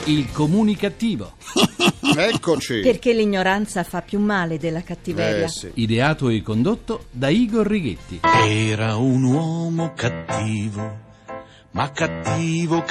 Il comunicativo. Eccoci. Perché l'ignoranza fa più male della cattiveria. Sì. Ideato e condotto da Igor Righetti. Era un uomo cattivo, ma cattivo.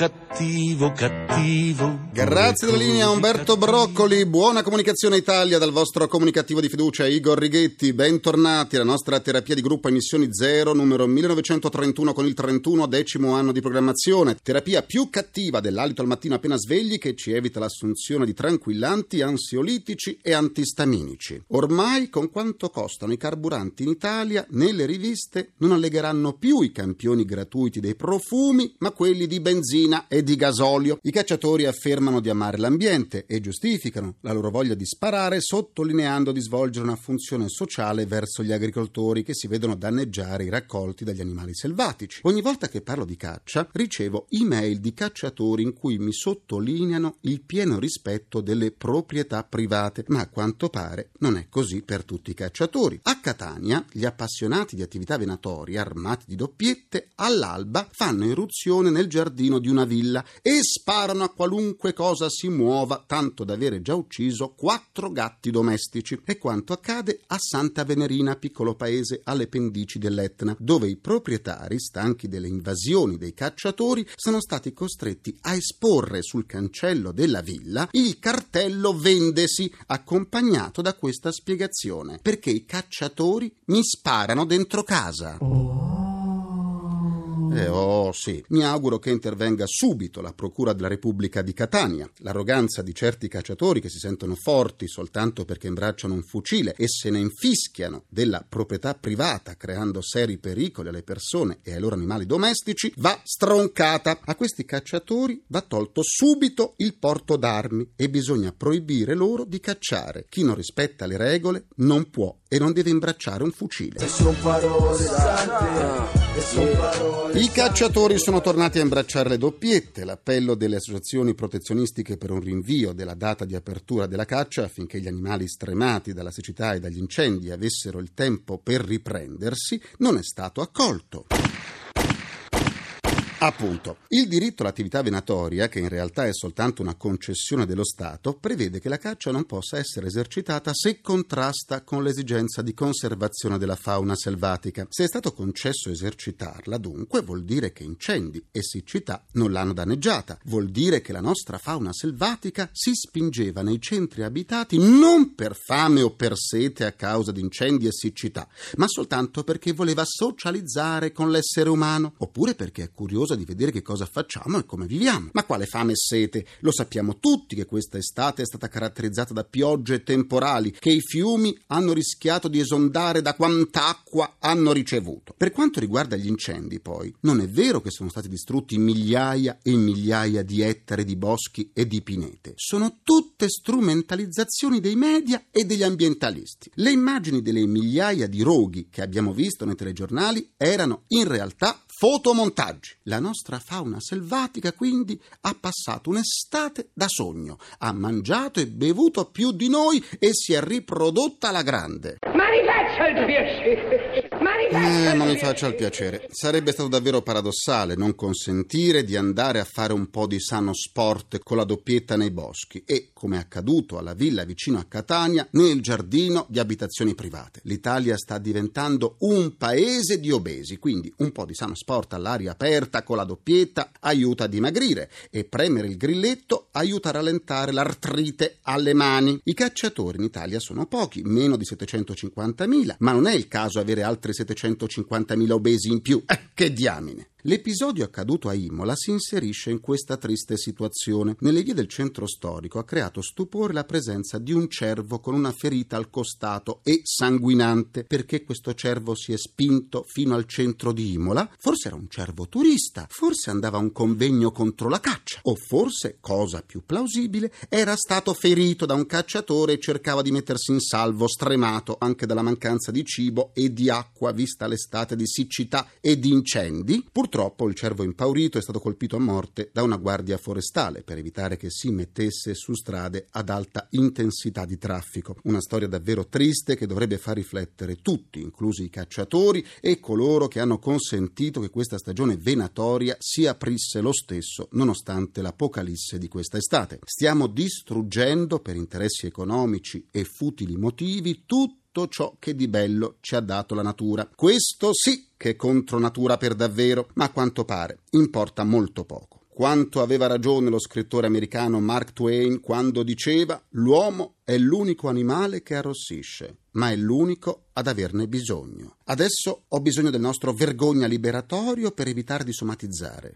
Grazie della linea Umberto Broccoli. Buona comunicazione Italia dal vostro comunicativo di fiducia Igor Righetti. Bentornati alla nostra terapia di gruppo Emissioni Zero, numero 1931 con il 31, 10° anno di programmazione. Terapia più cattiva dell'alito al mattino appena svegli, che ci evita l'assunzione di tranquillanti, ansiolitici e antistaminici. Ormai, con quanto costano i carburanti in Italia, nelle riviste non allegheranno più i campioni gratuiti dei profumi, ma quelli di benzina e di gasolio. I cacciatori affermano di amare l'ambiente e giustificano la loro voglia di sparare, sottolineando di svolgere una funzione sociale verso gli agricoltori che si vedono danneggiare i raccolti dagli animali selvatici. Ogni volta che parlo di caccia ricevo email di cacciatori in cui mi sottolineano il pieno rispetto delle proprietà private, ma a quanto pare non è così per tutti i cacciatori. A Catania gli appassionati di attività venatorie armati di doppiette all'alba fanno irruzione nel giardino di una villa e sparano a qualunque cosa si muova, tanto da avere già ucciso 4 gatti domestici. È quanto accade a Santa Venerina, piccolo paese alle pendici dell'Etna, dove i proprietari, stanchi delle invasioni dei cacciatori, sono stati costretti a esporre sul cancello della villa il cartello "Vendesi", accompagnato da questa spiegazione: perché i cacciatori mi sparano dentro casa. Sì. Mi auguro che intervenga subito la Procura della Repubblica di Catania. L'arroganza di certi cacciatori che si sentono forti soltanto perché imbracciano un fucile e se ne infischiano della proprietà privata, creando seri pericoli alle persone e ai loro animali domestici, va stroncata. A questi cacciatori va tolto subito il porto d'armi e bisogna proibire loro di cacciare. Chi non rispetta le regole non può e non deve imbracciare un fucile. I cacciatori sono tornati a imbracciare le doppiette. L'appello delle associazioni protezionistiche per un rinvio della data di apertura della caccia affinché gli animali stremati dalla siccità e dagli incendi avessero il tempo per riprendersi non è stato accolto. Appunto, il diritto all'attività venatoria, che in realtà è soltanto una concessione dello Stato, prevede che la caccia non possa essere esercitata se contrasta con l'esigenza di conservazione della fauna selvatica. Se è stato concesso esercitarla, dunque, vuol dire che incendi e siccità non l'hanno danneggiata. Vuol dire che la nostra fauna selvatica si spingeva nei centri abitati non per fame o per sete a causa di incendi e siccità, ma soltanto perché voleva socializzare con l'essere umano, oppure perché è curiosa di vedere che cosa facciamo e come viviamo. Ma quale fame e sete? Lo sappiamo tutti che questa estate è stata caratterizzata da piogge temporali, che i fiumi hanno rischiato di esondare da quanta acqua hanno ricevuto. Per quanto riguarda gli incendi, poi, non è vero che sono stati distrutti migliaia e migliaia di ettari di boschi e di pinete. Sono tutte strumentalizzazioni dei media e degli ambientalisti. Le immagini delle migliaia di roghi che abbiamo visto nei telegiornali erano in realtà fotomontaggi. La nostra fauna selvatica quindi ha passato un'estate da sogno, ha mangiato e bevuto più di noi e si è riprodotta alla grande. Ma mi faccia il piacere! Ma mi faccia il piacere. Sarebbe stato davvero paradossale non consentire di andare a fare un po' di sano sport con la doppietta nei boschi e, come è accaduto alla villa vicino a Catania, nel giardino di abitazioni private. L'Italia sta diventando un paese di obesi, quindi un po' di sano sport all'aria aperta con la doppietta aiuta a dimagrire e premere il grilletto aiuta a rallentare l'artrite alle mani. I cacciatori in Italia sono pochi, meno di 750.000, ma non è il caso avere altri 750.000 obesi in più. Che diamine! L'episodio accaduto a Imola si inserisce in questa triste situazione. Nelle vie del centro storico ha creato stupore la presenza di un cervo con una ferita al costato e sanguinante. Perché questo cervo si è spinto fino al centro di Imola? Forse era un cervo turista, forse andava a un convegno contro la caccia, o forse, cosa più plausibile, era stato ferito da un cacciatore e cercava di mettersi in salvo, stremato anche dalla mancanza di cibo e di acqua vista l'estate di siccità e di incendi. Purtroppo Purtroppo il cervo impaurito è stato colpito a morte da una guardia forestale per evitare che si mettesse su strade ad alta intensità di traffico. Una storia davvero triste che dovrebbe far riflettere tutti, inclusi i cacciatori e coloro che hanno consentito che questa stagione venatoria si aprisse lo stesso nonostante l'apocalisse di questa estate. Stiamo distruggendo per interessi economici e futili motivi tutto ciò che di bello ci ha dato la natura. Questo sì che è contro natura per davvero, ma a quanto pare importa molto poco. Quanto aveva ragione lo scrittore americano Mark Twain quando diceva: l'uomo è l'unico animale che arrossisce, ma è l'unico ad averne bisogno. Adesso ho bisogno del nostro vergogna liberatorio per evitare di somatizzare.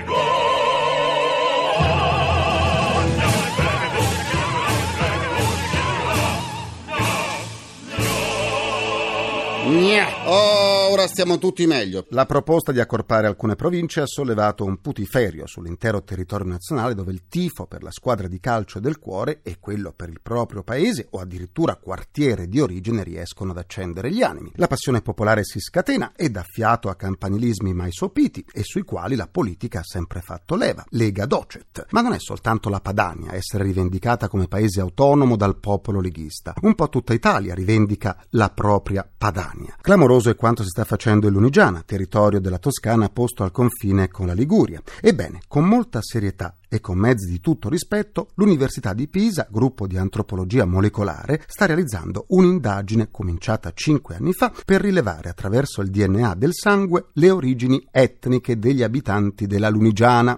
Ora stiamo tutti meglio. La proposta di accorpare alcune province ha sollevato un putiferio sull'intero territorio nazionale, dove il tifo per la squadra di calcio del cuore e quello per il proprio paese o addirittura quartiere di origine riescono ad accendere gli animi. La passione popolare si scatena e dà fiato a campanilismi mai sopiti e sui quali la politica ha sempre fatto leva. Lega docet. Ma non è soltanto la Padania a essere rivendicata come paese autonomo dal popolo leghista. Un po' tutta Italia rivendica la propria Padania. Clamoroso è quanto si sta facendo in Lunigiana, territorio della Toscana posto al confine con la Liguria. Ebbene, con molta serietà e con mezzi di tutto rispetto, l'Università di Pisa, gruppo di antropologia molecolare, sta realizzando un'indagine cominciata 5 anni fa per rilevare attraverso il DNA del sangue le origini etniche degli abitanti della Lunigiana.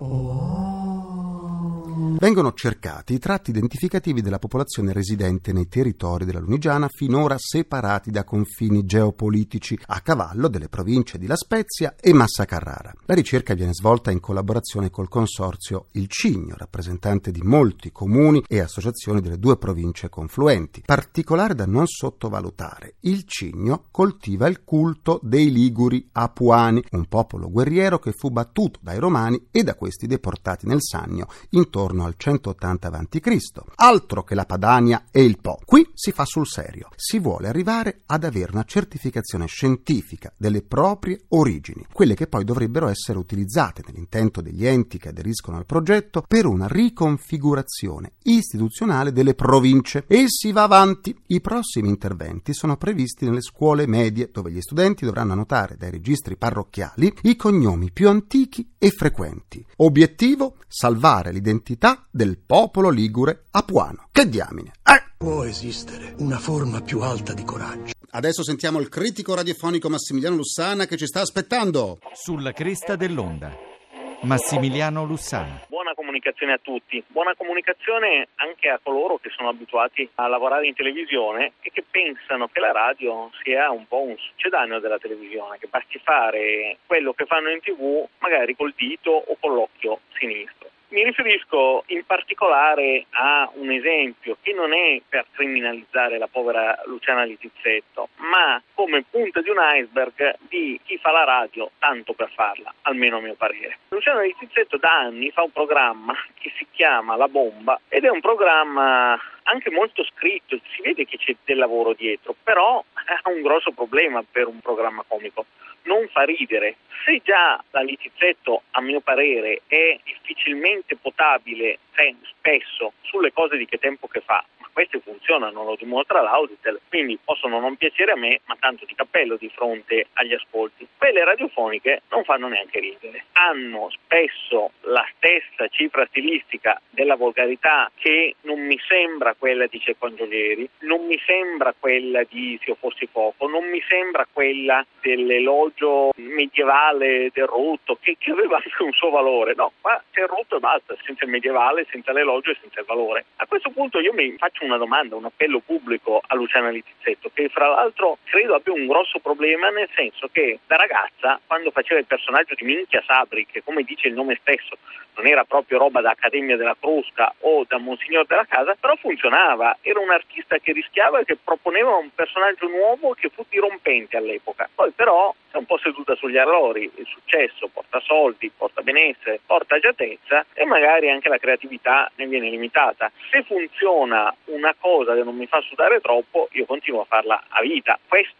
Vengono cercati i tratti identificativi della popolazione residente nei territori della Lunigiana finora separati da confini geopolitici, a cavallo delle province di La Spezia e Massa Carrara. La ricerca viene svolta in collaborazione col consorzio Il Cigno, rappresentante di molti comuni e associazioni delle due province confluenti. Particolare da non sottovalutare, Il Cigno coltiva il culto dei Liguri Apuani, un popolo guerriero che fu battuto dai Romani e da questi deportati nel Sannio intorno al 180 a.C. Altro che la Padania e il Po. Qui si fa sul serio. Si vuole arrivare ad avere una certificazione scientifica delle proprie origini, quelle che poi dovrebbero essere utilizzate nell'intento degli enti che aderiscono al progetto per una riconfigurazione istituzionale delle province. E si va avanti. I prossimi interventi sono previsti nelle scuole medie, dove gli studenti dovranno annotare dai registri parrocchiali i cognomi più antichi e frequenti. Obiettivo: salvare l'identità del popolo ligure apuano. Che diamine! Può esistere una forma più alta di coraggio. Adesso sentiamo il critico radiofonico Massimiliano Lussana che ci sta aspettando. Sulla cresta dell'onda. Massimiliano Lussana. Buona comunicazione a tutti, buona comunicazione anche a coloro che sono abituati a lavorare in televisione e che pensano che la radio sia un po' un succedaneo della televisione, che basti fare quello che fanno in TV magari col dito o con l'occhio sinistro. Mi riferisco in particolare a un esempio che non è per criminalizzare la povera Luciana Littizzetto, ma come punta di un iceberg di chi fa la radio tanto per farla, almeno a mio parere. Luciana Littizzetto da anni fa un programma che si chiama La Bomba ed è un programma anche molto scritto, si vede che c'è del lavoro dietro, però ha un grosso problema per un programma comico: non fa ridere. Se già la Littizzetto, a mio parere, è difficilmente potabile spesso sulle cose di che tempo che fa, ma queste funzionano, lo dimostra l'Auditel, quindi possono non piacere a me, ma tanto di cappello di fronte agli ascolti. Quelle radiofoniche non fanno neanche ridere, hanno spesso la stessa cifra stilistica della volgarità, che non mi sembra quella di Cecco Angioleri, non mi sembra quella di Se io fossi fuoco, non mi sembra quella dell'elogio medievale del rutto, che aveva anche un suo valore. No, qua c'è il rutto e basta, senza il medievale, senza l'elogio e senza il valore. A questo punto io mi faccio una domanda, un appello pubblico a Luciana Littizzetto, che fra l'altro credo abbia un grosso problema, nel senso che da ragazza, quando faceva il personaggio di Minchia Sabri, che come dice il nome stesso non era proprio roba da Accademia della Crusca o da Monsignor della Casa, però funzionava, era un artista che rischiava e che proponeva un personaggio nuovo che fu dirompente all'epoca. Poi però è un po' seduta sugli allori, il successo porta soldi, porta benessere, porta agiatezza e magari anche la creatività ne viene limitata. Se funziona una cosa che non mi fa sudare troppo, io continuo a farla a vita. Questo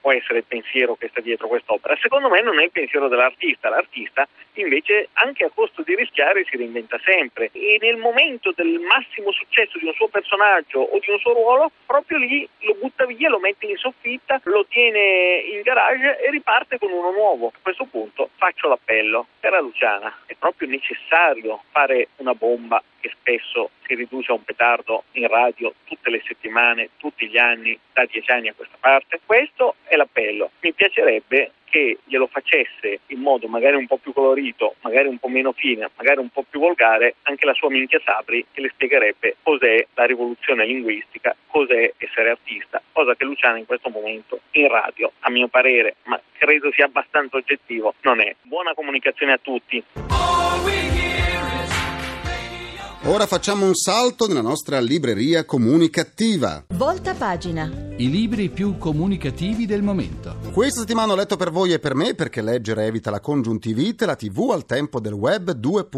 può essere il pensiero che sta dietro quest'opera. Secondo me non è il pensiero dell'artista. L'artista invece, anche a costo di rischiare, si reinventa sempre, e nel momento del massimo successo di un suo personaggio o di un suo ruolo, proprio lì lo butta via, lo mette in soffitta, lo tiene in garage e riparte con uno nuovo. A questo punto faccio l'appello: cara Luciana, è proprio necessario fare una bomba che spesso si riduce a un petardo in radio tutte le settimane, tutti gli anni, da 10 anni a questa parte? Questo è l'appello. Mi piacerebbe che glielo facesse in modo magari un po' più colorito, magari un po' meno fine, magari un po' più volgare, anche la sua Minchia Sabri, che le spiegherebbe cos'è la rivoluzione linguistica, cos'è essere artista, cosa che Luciana in questo momento in radio, a mio parere, ma credo sia abbastanza oggettivo, non è. Buona comunicazione a tutti. Ora facciamo un salto nella nostra libreria comunicativa. Volta pagina. I libri più comunicativi del momento. Questa settimana ho letto per voi e per me Perché leggere evita la congiuntivite, la TV al tempo del web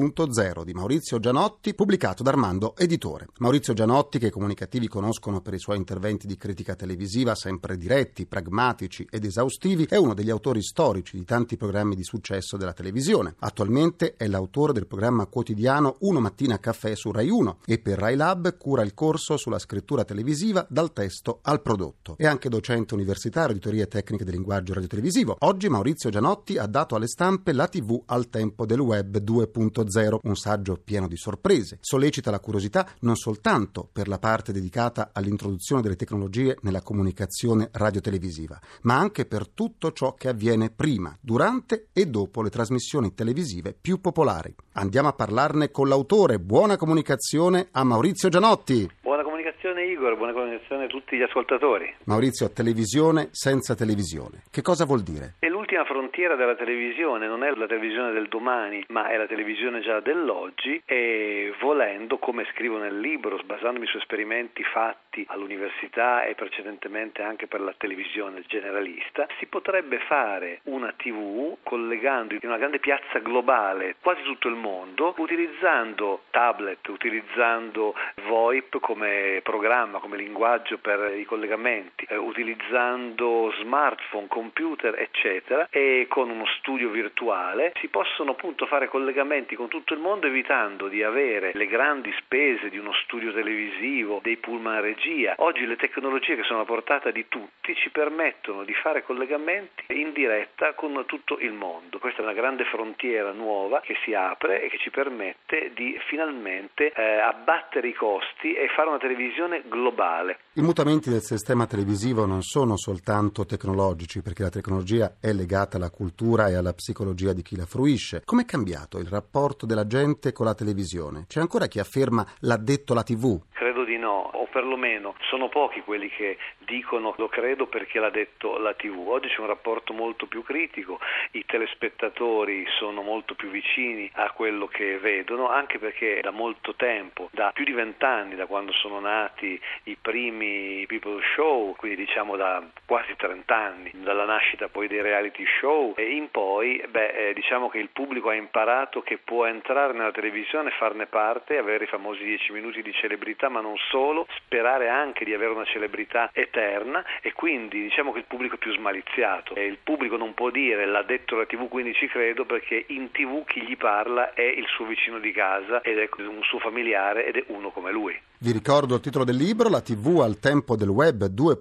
2.0 di Maurizio Gianotti, pubblicato da Armando Editore. Maurizio Gianotti, che i comunicativi conoscono per i suoi interventi di critica televisiva sempre diretti, pragmatici ed esaustivi, è uno degli autori storici di tanti programmi di successo della televisione. Attualmente è l'autore del programma quotidiano Uno Mattina Caffè su Rai 1 e per Rai Lab cura il corso sulla scrittura televisiva dal testo al prodotto. È anche docente universitario di teorie tecniche del linguaggio radiotelevisivo. Oggi Maurizio Gianotti ha dato alle stampe La TV al tempo del web 2.0, un saggio pieno di sorprese. Sollecita la curiosità non soltanto per la parte dedicata all'introduzione delle tecnologie nella comunicazione radiotelevisiva, ma anche per tutto ciò che avviene prima, durante e dopo le trasmissioni televisive più popolari. Andiamo a parlarne con l'autore. Buona comunicazione a Maurizio Gianotti. Buona comunicazione Igor, buona comunicazione a tutti gli ascoltatori. Maurizio, televisione senza televisione. Che cosa vuol dire? È l'ultima frontiera della televisione, non è la televisione del domani, ma è la televisione già dell'oggi e volendo, come scrivo nel libro, basandomi su esperimenti fatti all'università e precedentemente anche per la televisione generalista, si potrebbe fare una TV collegando in una grande piazza globale quasi tutto il mondo, utilizzando tablet, utilizzando VoIP come programma, come linguaggio per i collegamenti, utilizzando smartphone, computer, eccetera, e con uno studio virtuale si possono appunto fare collegamenti con tutto il mondo, evitando di avere le grandi spese di uno studio televisivo, dei pullman regia. Oggi le tecnologie che sono a portata di tutti ci permettono di fare collegamenti in diretta con tutto il mondo. Questa è una grande frontiera nuova che si apre e che ci permette di finalmente abbattere i costi e fare una televisione globale. I mutamenti del sistema televisivo non sono soltanto tecnologici, perché la tecnologia è legata alla cultura e alla psicologia di chi la fruisce. Com'è cambiato il rapporto della gente con la televisione? C'è ancora chi afferma l'ha detto la TV? Credo di no, o perlomeno sono pochi quelli che dicono lo credo perché l'ha detto la TV. Oggi c'è un rapporto molto più critico, i telespettatori sono molto più vicini a quello che vedono, anche perché da molto tempo, da più di 20 anni, da quando sono nati i primi people show, quindi diciamo da quasi 30 anni, dalla nascita poi dei reality show e in poi, diciamo che il pubblico ha imparato che può entrare nella televisione, farne parte, avere i famosi 10 minuti di celebrità, ma non solo, sperare anche di avere una celebrità eterna, e quindi diciamo che il pubblico è più smaliziato e il pubblico non può dire l'ha detto la TV quindi ci credo, perché in TV chi gli parla è il suo vicino di casa ed è un suo familiare ed è uno come lui. Vi ricordo il titolo del libro, La TV al tempo del web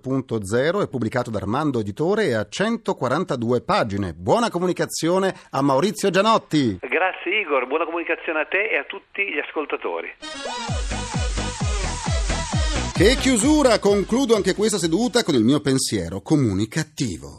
2.0, è pubblicato da Armando Editore e ha 142 pagine. Buona comunicazione a Maurizio Gianotti. Grazie Igor, buona comunicazione a te e a tutti gli ascoltatori. Che chiusura! Concludo anche questa seduta con il mio pensiero comunicativo.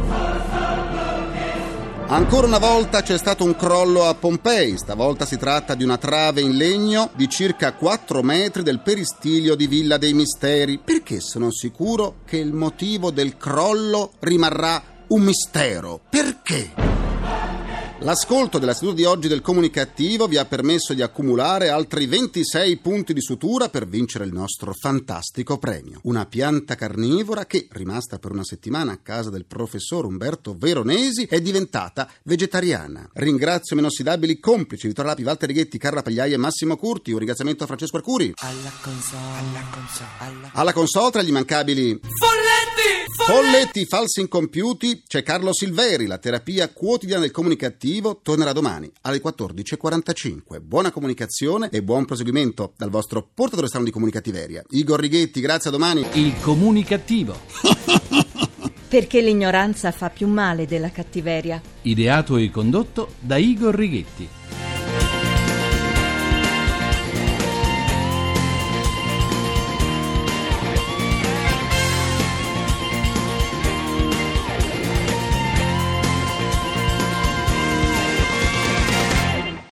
Ancora una volta c'è stato un crollo a Pompei. Stavolta si tratta di una trave in legno di circa 4 metri del peristilio di Villa dei Misteri. Perché sono sicuro che il motivo del crollo rimarrà un mistero. Perché? L'ascolto della seduta di oggi del Comunicativo vi ha permesso di accumulare altri 26 punti di sutura per vincere il nostro fantastico premio. Una pianta carnivora che, rimasta per una settimana a casa del professor Umberto Veronesi, è diventata vegetariana. Ringrazio i meno ossidabili complici Vittorio Lapi, Walter Righetti, Carla Pagliai e Massimo Curti. Un ringraziamento a Francesco Arcuri. Alla console tra gli immancabili Folletti Folletti, falsi incompiuti, c'è Carlo Silveri, la terapia quotidiana del comunicativo tornerà domani alle 14.45. Buona comunicazione e buon proseguimento dal vostro portatore strano di comunicativeria, Igor Righetti. Grazie, a domani. Il comunicativo. Perché l'ignoranza fa più male della cattiveria. Ideato e condotto da Igor Righetti.